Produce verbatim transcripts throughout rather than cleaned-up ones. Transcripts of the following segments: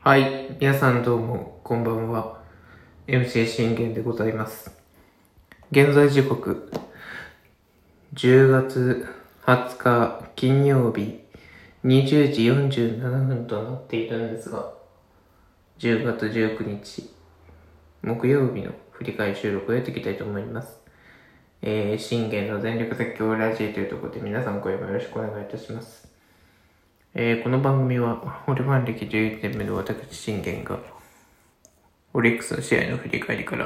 はい。皆さんどうも、こんばんは。エムシー 信玄でございます。現在時刻、じゅうがつはつか金曜日、にじゅうじよんじゅうななふんとなっているんですが、じゅうがつじゅうくにち、木曜日の振り返り収録をやっていきたいと思います。えー、信玄の全力絶叫ラジオというところで皆さん今夜もよろしくお願いいたします。えー、この番組は、オリファン歴じゅういちねんめの私信玄が、オリックスの試合の振り返りから、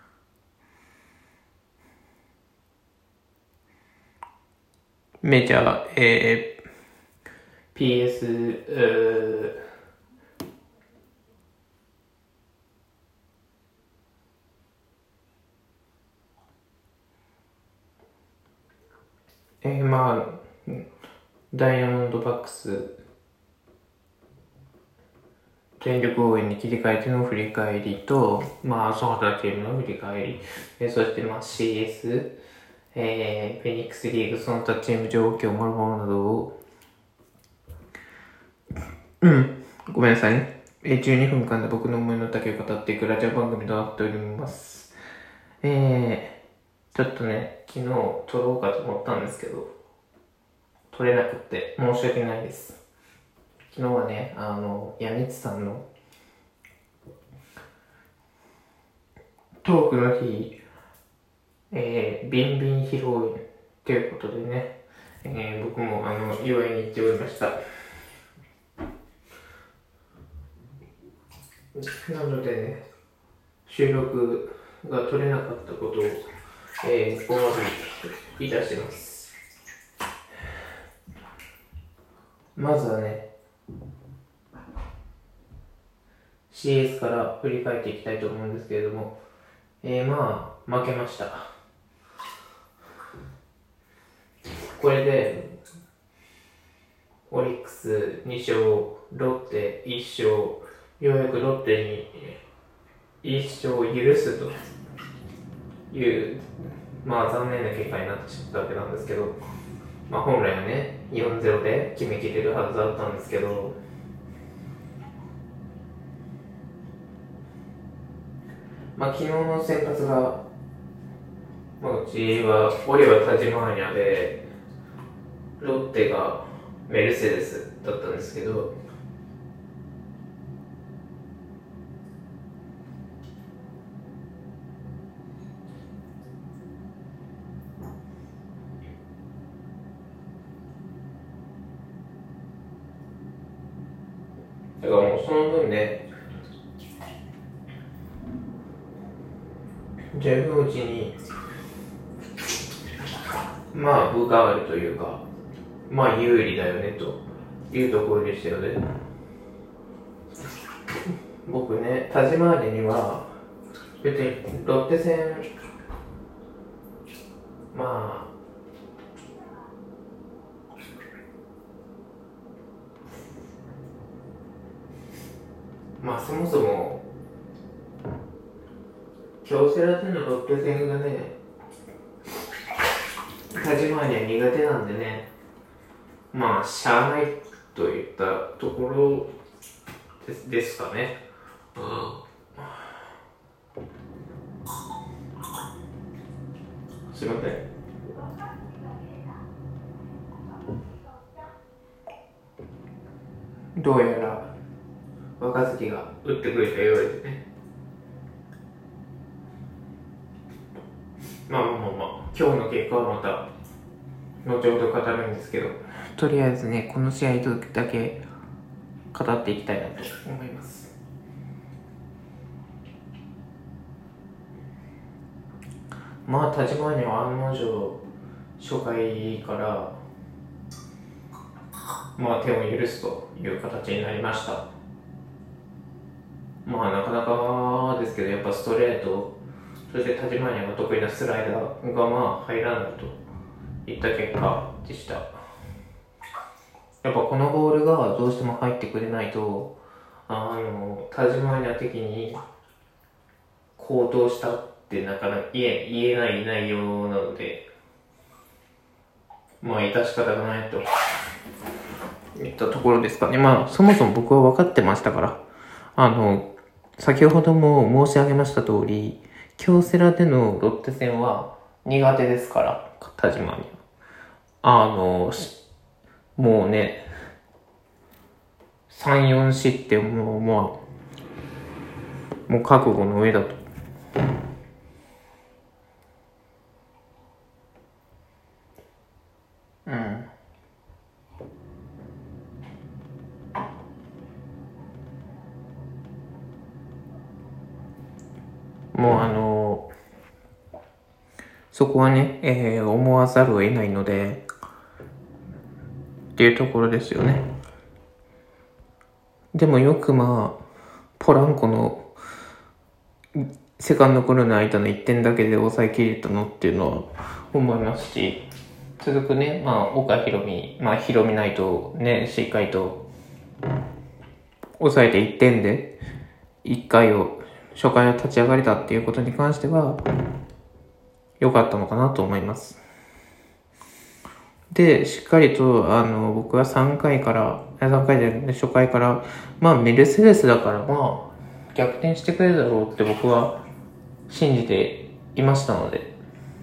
メジャー、えー、ピーエス、えー、まあ、ダイヤモンドバックス、全力応援に切り替えての振り返りと、まあ、その他チームの振り返り、えー、そして、まあ、シーエス、えー、フェニックスリーグ、その他チーム状況、もろもろなどを、うん、ごめんなさいね。じゅうにふんかんで僕の思いの丈を語っていくラジオ番組となっております。えー、ちょっとね、昨日撮ろうかと思ったんですけど、撮れなくって申し訳ないです。昨日はね、あの、やみつさんのトークの日、えー、ビンビン披露宴ということでね、えー、僕もあの、祝いに行っておりました。なのでね、収録が取れなかったことを、えー、お詫びいたします。まずはね、シーエス から振り返っていきたいと思うんですけれども、えー、まあ、負けました。これで、オリックスにしょう、ロッテいっしょう、ようやくロッテにいっしょうを許すという、まあ残念な結果になってしまったわけなんですけど、まあ本来はね、よんたいゼロで決めきれるはずだったんですけど、まあ昨日の先発が、まあうちは、オリはタジマーニャで、ロッテがメルセデスだったんですけど、だからもうその分ね、十分うちに、まあ分があるというか、まあ有利だよねというところでしたよね。僕ね、田島でには別にロッテ戦、まあまあそもそも京セラでのロッテ戦がね、田島には苦手なんでね、まあしゃあないといったところです、ですかね。うん、すいません。どうやら若月が打ってくれたようですね。まあまあまあまあ、今日の結果はまた後ほど語るんですけど、とりあえずね、この試合だけ語っていきたいなと思います。まあ、立花には案の定、初回から、まあ、手を許すという形になりました。まあ、なかなかですけど、やっぱストレート、そして立花が得意なスライダーがまあ入らないといった結果でした。やっぱこのボールがどうしても入ってくれないと、あの、立花的に高騰したってなかなか言え、言えない内容なので、まあ、致し方がないといったところですかね。まあ、そもそも僕は分かってましたから、 あの、先ほども申し上げました通り、京セラでのロッテ戦は苦手ですから、田島には。あの、もうね、さん、よん失点も、まあ、もう覚悟の上だと。うん。もうあの、そこはね、えー、思わざるを得ないので、っていうところですよね。でもよくまあ、ポランコのセカンドゴロの間のいってんだけで抑えきれたのっていうのは思いますし、続くね、まあ、岡ひろみ、まあ、ひろみないとね、しっかりと抑えていってんで、いっかいを、初回を立ち上がれたっていうことに関しては、良かったのかなと思います。で、しっかりと、あの、僕はさんかいから、さんかいで、ね、初回から、まあ、メルセデスだから、まあ、逆転してくれるだろうって僕は信じていましたので、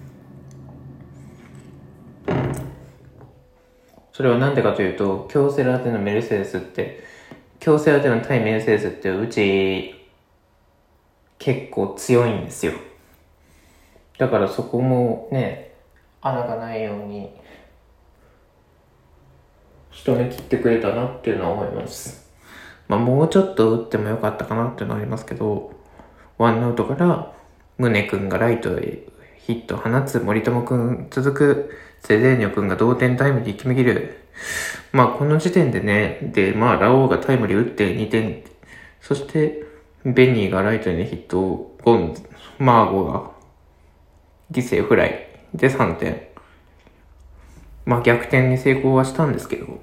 それはなんでかというと、京セラでのメルセデスって、京セラでの対メルセデスって、うち、結構強いんですよ。だからそこもね、穴がないように、仕留め切ってくれたなっていうのは思います。まあもうちょっと打ってもよかったかなっていうのはありますけど、ワンアウトから、宗君がライトへヒット放つ、森友君続く、セデーニョ君が同点タイムリー決め切る。まあこの時点でね、で、まあラオウがタイムリー打ってにてん、そして、ベニーがライトにヒットを、ゴン、マーゴが犠牲フライでさんてん。まあ逆転に成功はしたんですけど、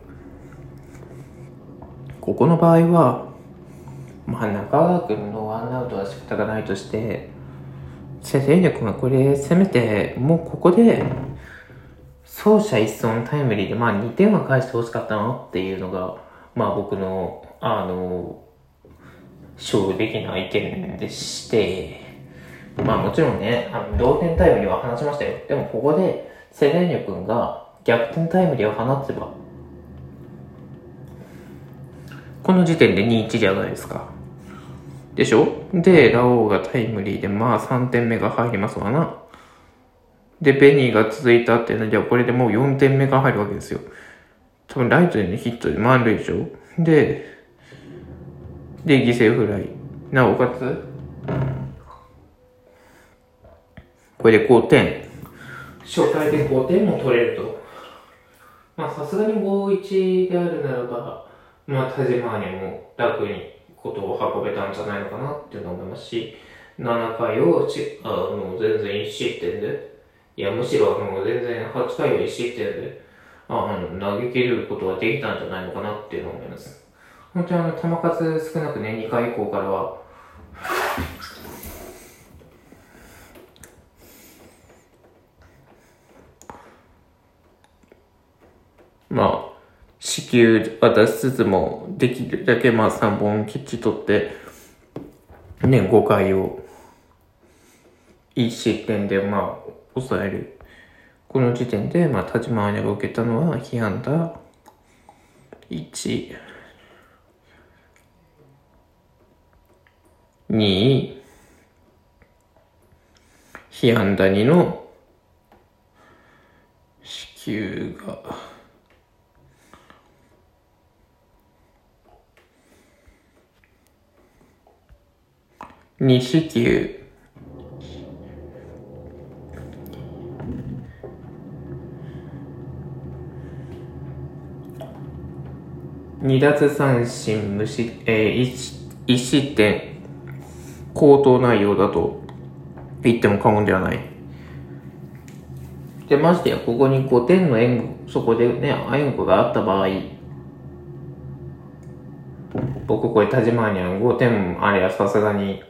ここの場合は、まあ中川君のワンアウトは仕方がないとして、セデーニョ君はこれ、せめて、もうここで、走者一掃のタイムリーで、まあにてんは返してほしかったなっていうのが、まあ僕の、あの、勝負的な意見でして、まあもちろんね、あの同点タイムリーは放ちましたよ。でもここで、セデーニョ君が逆転タイムリーを放つば、この時点でにたいいちじゃないですか。でしょ？で、ラオウがタイムリーで、まあさんてんめが入りますわな。で、ベニーが続いたっていうので、じゃあこれでもうよんてんめが入るわけですよ。多分ライトでね、ヒットで満塁でしょ？で、で、犠牲フライ。なおかつ、これでごてん。初回でごてんも取れると。まあさすがにごたいいちであるならば、まあ田島にも楽にことを運べたんじゃないのかなっていうのを思いますし、ななかいをち、あの、全然いち失点で、いや、むしろもう全然はちかいをいち失点で、あの、投げ切ることができたんじゃないのかなっていうのを思います。本当にあの、球数少なくね、にかい以降からは、まあ、四球渡しつつも、できるだけまあさんぼんきっち取って、ね、ごかいをいち失点でまあ、抑える。この時点で、まあ、田島姉が受けたのは、被安打いち、に、被安打にの四球が、に四球、に奪三振無失、えー、1, 一失点、高等内容だと言っても過言ではない。で、ましてや、ここにごてんの援護、そこでね、援護があった場合、僕これ田島にはごてんあればさすがに、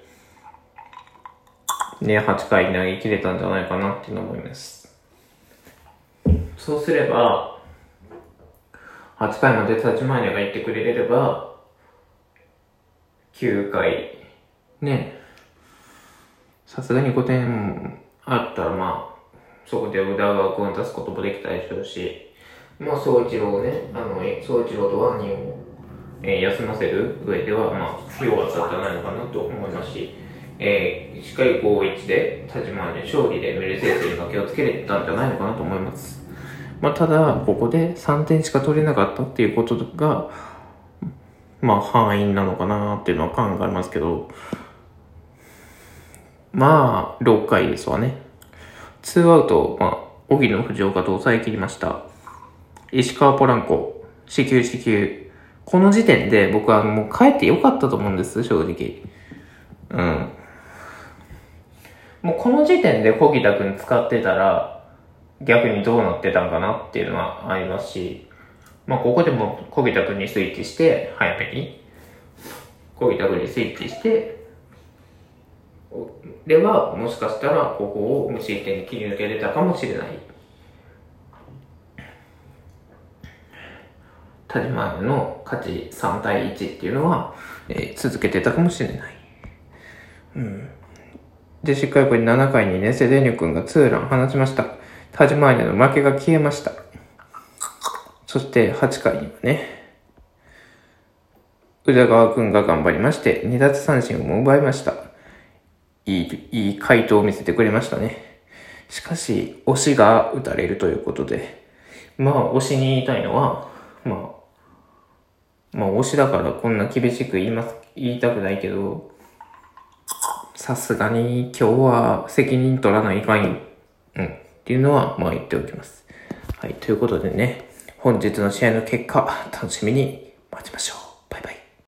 ね、はちかい投げ切れたんじゃないかなっていうのを思います。そうすれば、はちかいまで田島にが言ってくれれば、 きゅうかい、ね、さすがにごてんあったらまあ、そこで宇田川君を出すこともできたでしょうし、まあ、総一郎をね、あの、総一郎とワニを、えー、休ませる上では、まあ、弱さじゃないのかなと思いますし、えー、しっかりごたいいちで田島に勝利でメルセデスに負けをつけれたんじゃないのかなと思います。まあ、ただ、ここでさんてんしか取れなかったっていうことが、まあ、敗因なのかなっていうのは考えますけど、まあ、ろっかいですわね。ツーアウト、まあ、荻野藤岡と抑え切りました。石川ポランコ、四球四球。この時点で僕はもう帰ってよかったと思うんです、正直。うん。もうこの時点で小木田くん使ってたら、逆にどうなってたんかなっていうのはありますし、まあここでも小木田くんにスイッチして、早めに、小木田くんにスイッチして、では、もしかしたらここを無失点に切り抜けれたかもしれない。田島の勝ちさんたいいちっていうのは、えー、続けてたかもしれない。うん。で、しっかりこれななかいにね、セデニュ君がツーラン放ちました。田島の負けが消えました。そしてはちかいにはね、宇田川君が頑張りまして、に奪三振をも奪いました。いい、いい回答を見せてくれましたね。しかし、推しが打たれるということで、まあ、推しに言いたいのは、まあ、まあ、推しだからこんな厳しく言います、言いたくないけど、さすがに今日は責任取らないかんよ。うん。っていうのは、まあ言っておきます。はい。ということでね、本日の試合の結果、楽しみに待ちましょう。